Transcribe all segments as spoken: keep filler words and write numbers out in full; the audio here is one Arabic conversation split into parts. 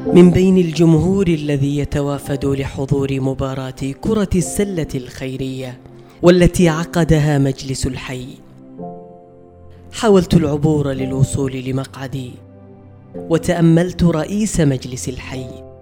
من بين الجمهور الذي يتوافد لحضور مباراة كرة السلة الخيرية والتي عقدها مجلس الحي، حاولت العبور للوصول لمقعدي وتأملت رئيس مجلس الحي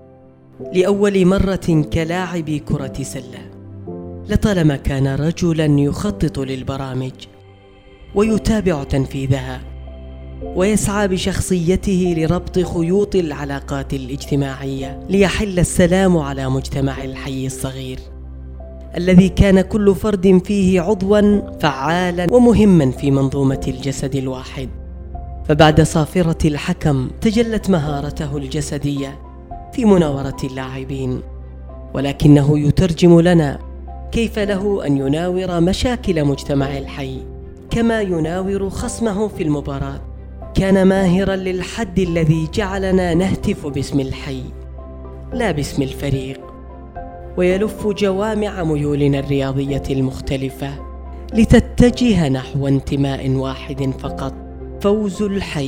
لأول مرة كلاعب كرة سلة. لطالما كان رجلا يخطط للبرامج ويتابع تنفيذها ويسعى بشخصيته لربط خيوط العلاقات الاجتماعية ليحل السلام على مجتمع الحي الصغير الذي كان كل فرد فيه عضوا فعالا ومهما في منظومة الجسد الواحد. فبعد صافرة الحكم تجلت مهارته الجسدية في مناورة اللاعبين، ولكنه يترجم لنا كيف له أن يناور مشاكل مجتمع الحي كما يناور خصمه في المباراة. كان ماهرا للحد الذي جعلنا نهتف باسم الحي لا باسم الفريق، ويلف جوامع ميولنا الرياضية المختلفة لتتجه نحو انتماء واحد فقط، فوز الحي.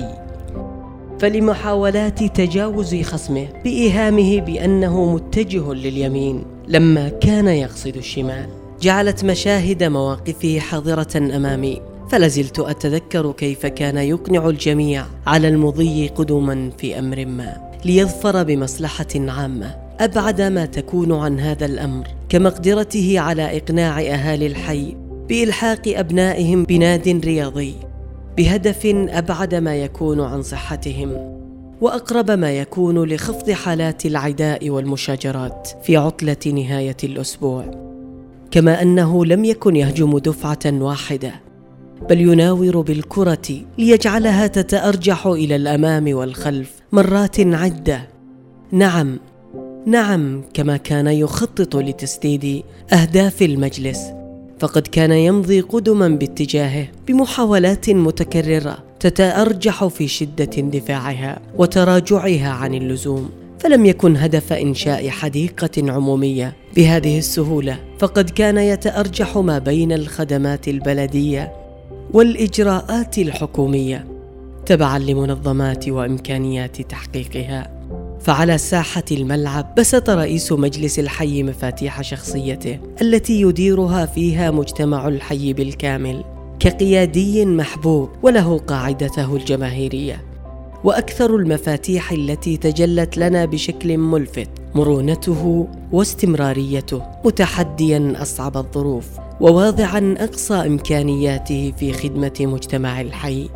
فلمحاولات تجاوز خصمه بإيهامه بأنه متجه لليمين لما كان يقصد الشمال جعلت مشاهد مواقفه حاضرة أمامي، فلازلت أتذكر كيف كان يقنع الجميع على المضي قدما في أمر ما ليظفر بمصلحة عامة أبعد ما تكون عن هذا الأمر، كمقدرته على إقناع أهالي الحي بإلحاق أبنائهم بناد رياضي بهدف أبعد ما يكون عن صحتهم وأقرب ما يكون لخفض حالات العداء والمشاجرات في عطلة نهاية الأسبوع. كما أنه لم يكن يهجم دفعة واحدة بل يناور بالكرة ليجعلها تتأرجح إلى الأمام والخلف مرات عدة. نعم نعم كما كان يخطط لتسديد أهداف المجلس، فقد كان يمضي قدما باتجاهه بمحاولات متكررة تتأرجح في شدة اندفاعها وتراجعها عن اللزوم. فلم يكن هدف إنشاء حديقة عمومية بهذه السهولة، فقد كان يتأرجح ما بين الخدمات البلدية والإجراءات الحكومية تبعا لمنظمات وإمكانيات تحقيقها. فعلى ساحة الملعب بسط رئيس مجلس الحي مفاتيح شخصيته التي يديرها فيها مجتمع الحي بالكامل كقيادي محبوب وله قاعدته الجماهيرية. وأكثر المفاتيح التي تجلت لنا بشكل ملفت مرونته واستمراريته، متحديا أصعب الظروف وواضعا أقصى إمكانياته في خدمة مجتمع الحي.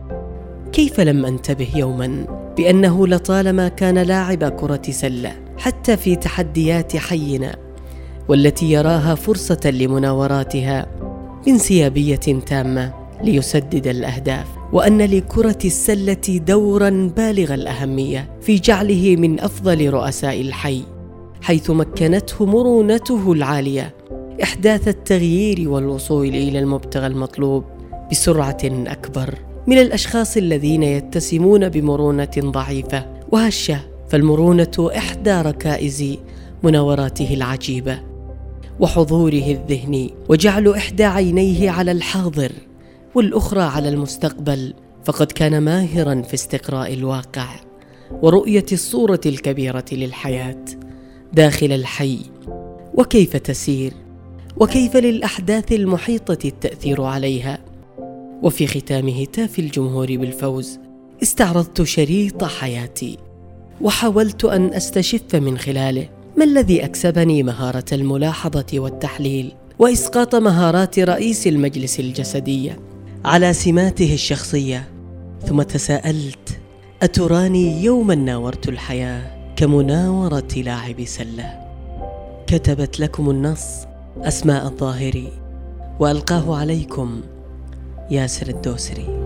كيف لم أنتبه يوما بأنه لطالما كان لاعب كرة سلة حتى في تحديات حينا والتي يراها فرصة لمناوراتها بانسيابية تامة ليسدد الأهداف، وأن لكرة السلة دورا بالغ الأهمية في جعله من أفضل رؤساء الحي، حيث مكنته مرونته العالية إحداث التغيير والوصول إلى المبتغى المطلوب بسرعة أكبر من الأشخاص الذين يتسمون بمرونة ضعيفة وهشة. فالمرونة إحدى ركائز مناوراته العجيبة وحضوره الذهني، وجعل إحدى عينيه على الحاضر والأخرى على المستقبل. فقد كان ماهرا في استقراء الواقع ورؤية الصورة الكبيرة للحياة داخل الحي وكيف تسير وكيف للأحداث المحيطة التأثير عليها. وفي ختام هتاف الجمهور بالفوز استعرضت شريط حياتي وحاولت أن أستشف من خلاله ما الذي أكسبني مهارة الملاحظة والتحليل وإسقاط مهارات رئيس المجلس الجسدية على سماته الشخصية. ثم تساءلت: أتراني يوما ناورت الحياة كمناورة لاعب سلة؟ كتبت لكم النص أسماء الظاهري، وألقاه عليكم ياسر الدوسري.